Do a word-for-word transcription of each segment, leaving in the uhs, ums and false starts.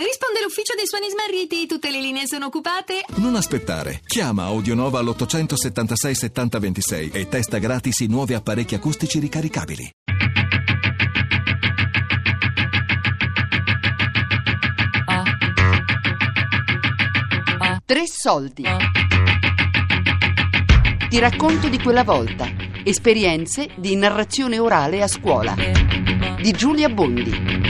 Risponde l'ufficio dei suoni smarriti, tutte le linee sono occupate. Non aspettare. Chiama Audionova all'ottocentosettantasei settanta ventisei e testa gratis i nuovi apparecchi acustici ricaricabili. Tre soldi. Ti racconto di quella volta. Esperienze di narrazione orale a scuola di Giulia Bondi.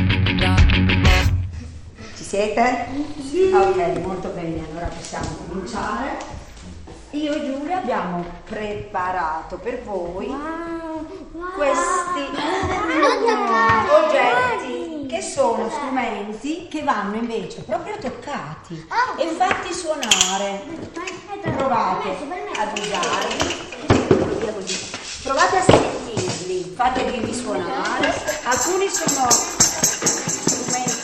Ci siete? Sì. Ok, molto bene, allora possiamo cominciare. Io e Giulia abbiamo preparato per voi wow, wow. questi wow. oggetti che sono strumenti che vanno invece proprio toccati oh. e fatti suonare. Provate ad usarli, provate a sentirli, fatevi suonare. Alcuni sono strumenti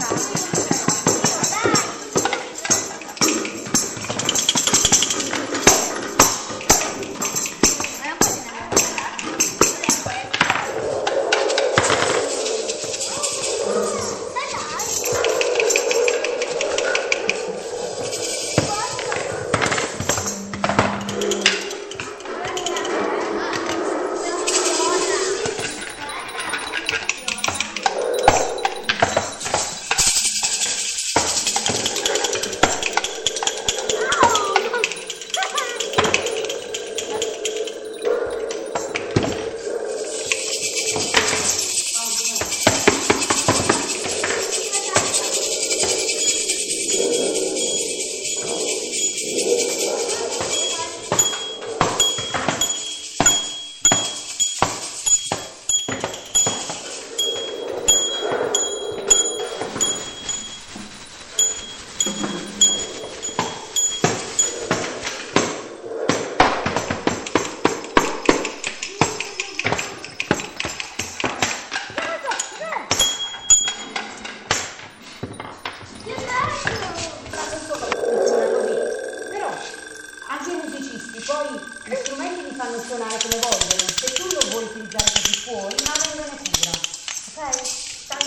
suonare come vogliono. Se tu lo vuoi utilizzare così fuori, ma avendone cura, ok? Stanno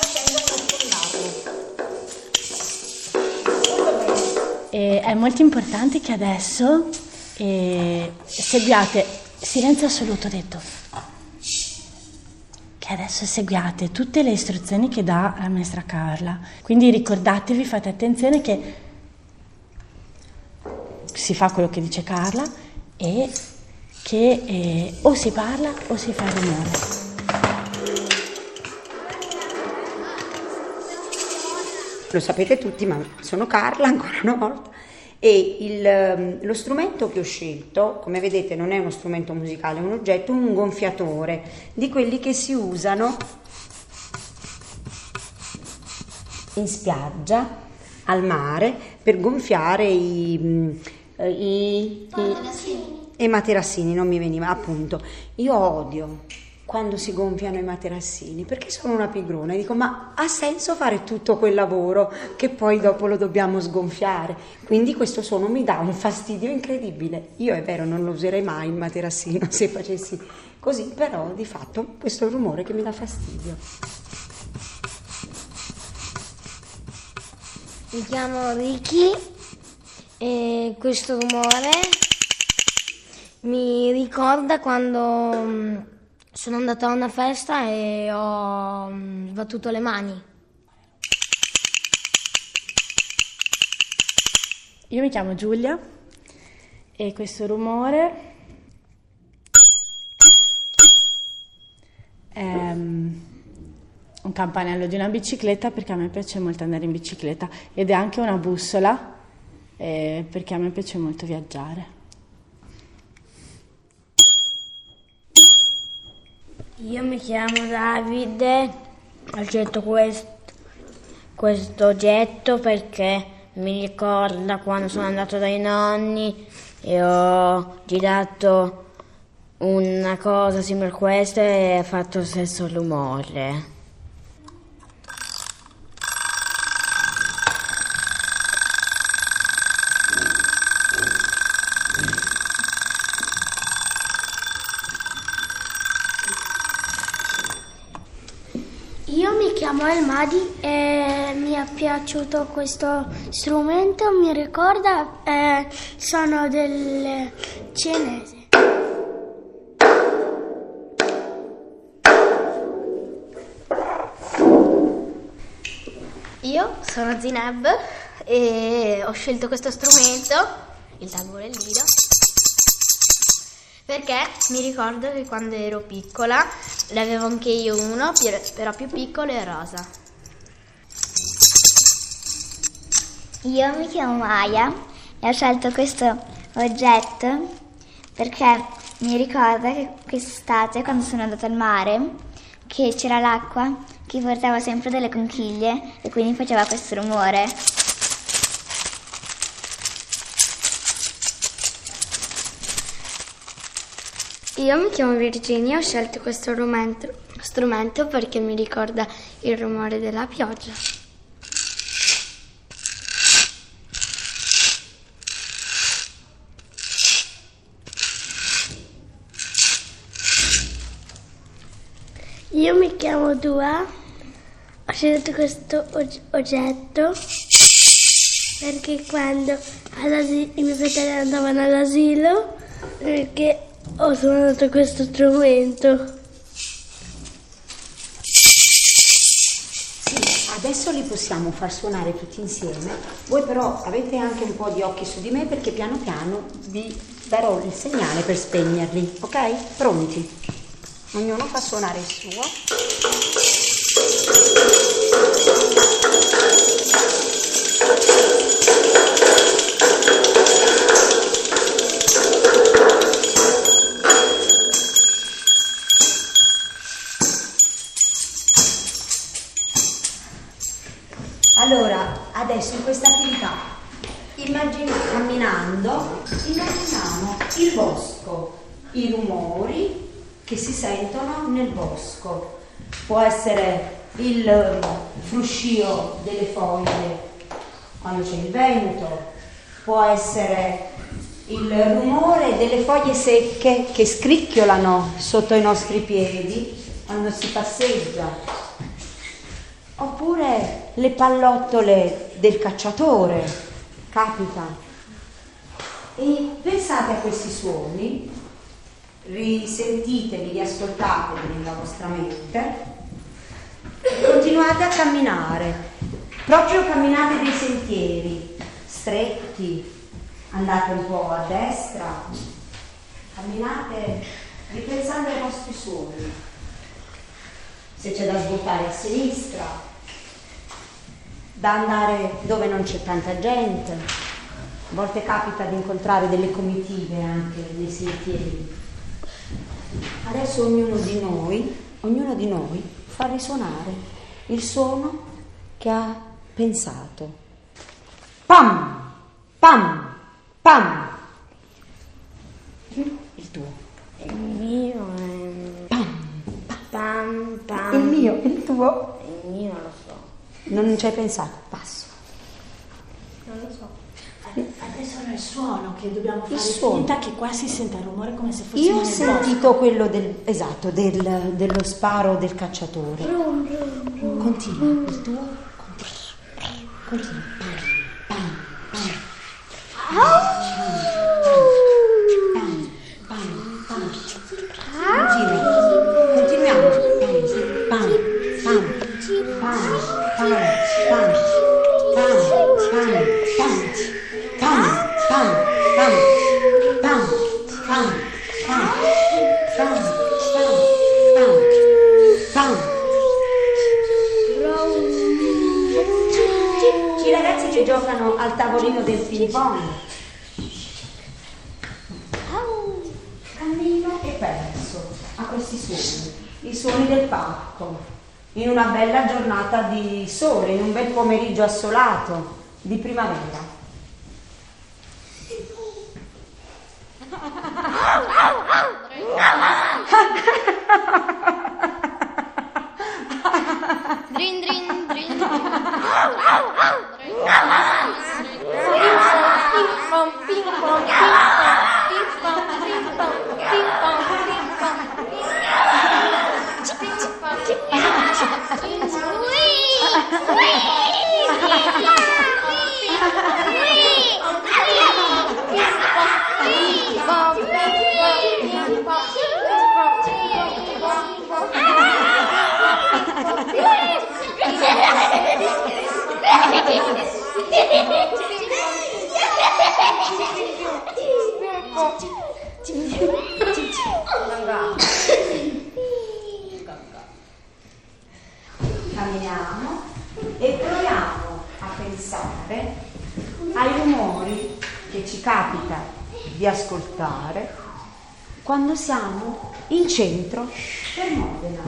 facendo uno sfondato. E è molto importante che adesso eh, seguiate, silenzio assoluto ho detto, che adesso seguiate tutte le istruzioni che dà la maestra Carla. Quindi ricordatevi, fate attenzione che si fa quello che dice Carla e che eh, o si parla o si fa rumore. Lo sapete tutti, ma sono Carla ancora una volta. E il, lo strumento che ho scelto, come vedete, non è uno strumento musicale, è un oggetto, un gonfiatore, di quelli che si usano in spiaggia, al mare, per gonfiare i, i, i, i materassini, non mi veniva, appunto. Io odio quando si gonfiano i materassini, perché sono una pigrona e dico, ma ha senso fare tutto quel lavoro che poi dopo lo dobbiamo sgonfiare? Quindi questo suono mi dà un fastidio incredibile. Io è vero, non lo userei mai il materassino se facessi così, però di fatto questo è un rumore che mi dà fastidio. Mi chiamo Ricky e questo rumore mi ricorda quando sono andata a una festa e ho sbattuto le mani. Io mi chiamo Giulia e questo rumore è um, un campanello di una bicicletta, perché a me piace molto andare in bicicletta, ed è anche una bussola eh, perché a me piace molto viaggiare. Io mi chiamo Davide, ho scelto questo, questo oggetto perché mi ricorda quando sono andato dai nonni e ho girato una cosa simile a questa e ha fatto lo stesso rumore. Io mi chiamo Elmadi e mia piaciuto questo strumento mi ricorda eh, sono del cinese. Io sono Zineb e ho scelto questo strumento, il tamborellino, perché mi ricordo che quando ero piccola ne avevo anche io uno, però più piccolo e rosa. Io mi chiamo Maya e ho scelto questo oggetto perché mi ricorda che quest'estate, quando sono andata al mare, che c'era l'acqua che portava sempre delle conchiglie e quindi faceva questo rumore. Io mi chiamo Virginia, ho scelto questo strumento, strumento perché mi ricorda il rumore della pioggia. Io mi chiamo Dua, ho scelto questo og- oggetto perché quando i miei fratelli andavano all'asilo, perché ho suonato questo strumento. Sì, adesso li possiamo far suonare tutti insieme. Voi però avete anche un po' di occhi su di me perché piano piano vi darò il segnale per spegnerli, ok? Pronti? Ognuno fa suonare il suo. Allora, adesso in questa attività immaginiamo, camminando, immaginiamo il bosco, i rumori che si sentono nel bosco. Può essere il fruscio delle foglie quando c'è il vento, può essere il rumore delle foglie secche che scricchiolano sotto i nostri piedi quando si passeggia, oppure le pallottole del cacciatore, capita. E pensate a questi suoni, risentiteli, riascoltateli nella vostra mente e continuate a camminare, proprio camminate dei sentieri stretti, andate un po' a destra, camminate ripensando ai vostri suoni, se c'è da svoltare a sinistra, da andare dove non c'è tanta gente, a volte capita di incontrare delle comitive anche nei sentieri. Adesso ognuno di noi, ognuno di noi fa risuonare il suono che ha pensato. Pam, pam, pam. Il tuo. Il mio è... Pam, pam, pam. Il mio, il tuo. Il mio non lo so. Non ci hai pensato? Passo. Non lo so. Adesso è il suono che dobbiamo fare, suono. finta che qua si senta il rumore come se fosse Io ho nel sentito bosco. quello del, esatto, del, dello sparo del cacciatore. Continua, il tuo, continua. Continua. Pam, pam, pam. Pam, pam, pam. Continua. Continuiamo. Pam, pam, pam, pam, pam, pam, pam, pam, pam, pam, pam, pam, pam, pam, pam, pam, pam, pam. I ragazzi che giocano al tavolino del ping pong. Cammino e penso a questi suoni, i suoni del parco, in una bella giornata di sole, in un bel pomeriggio assolato di primavera. Drin drin drin. pensare ai rumori che ci capita di ascoltare quando siamo in centro per Modena.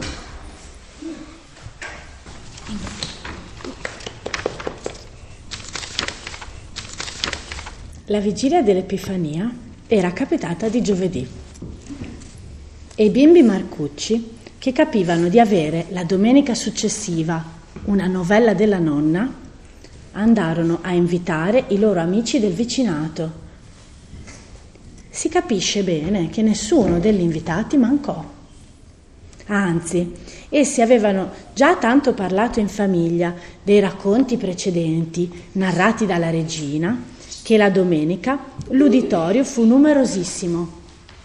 La vigilia dell'Epifania era capitata di giovedì e i bimbi Marcucci, che capivano di avere la domenica successiva una novella della nonna, andarono a invitare i loro amici del vicinato. Si capisce bene che nessuno degli invitati mancò. Anzi, essi avevano già tanto parlato in famiglia dei racconti precedenti narrati dalla regina che la domenica l'uditorio fu numerosissimo.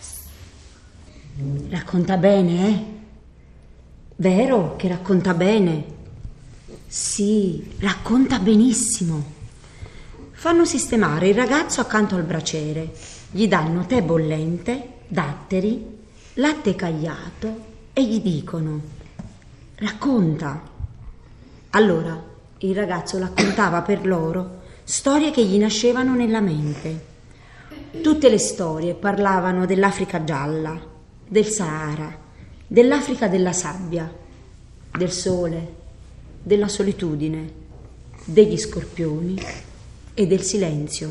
Racconta bene, eh? Vero che racconta bene? Sì, racconta benissimo. Fanno sistemare il ragazzo accanto al braciere, gli danno tè bollente, datteri, latte cagliato e gli dicono: racconta. Allora il ragazzo raccontava per loro storie che gli nascevano nella mente. Tutte le storie parlavano dell'Africa gialla, del Sahara, dell'Africa della sabbia, del sole, della solitudine, degli scorpioni e del silenzio.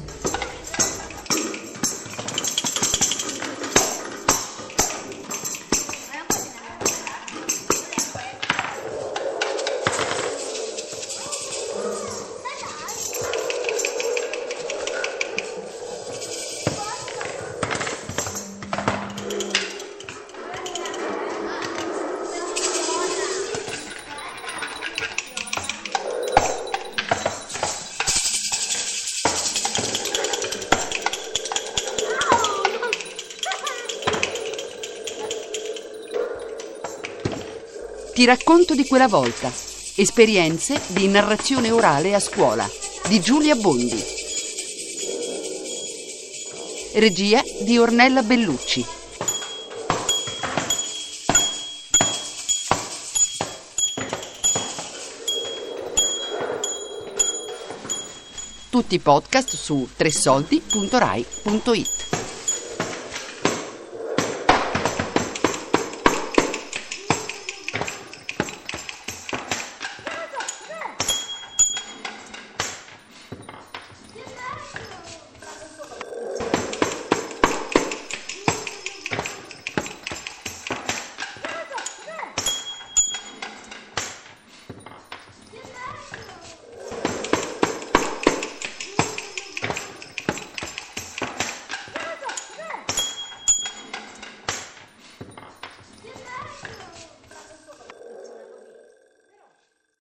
Ti racconto di quella volta. Esperienze di narrazione orale a scuola di Giulia Bondi. Regia di Ornella Bellucci. Tutti i podcast su tre soldi punto rai punto it.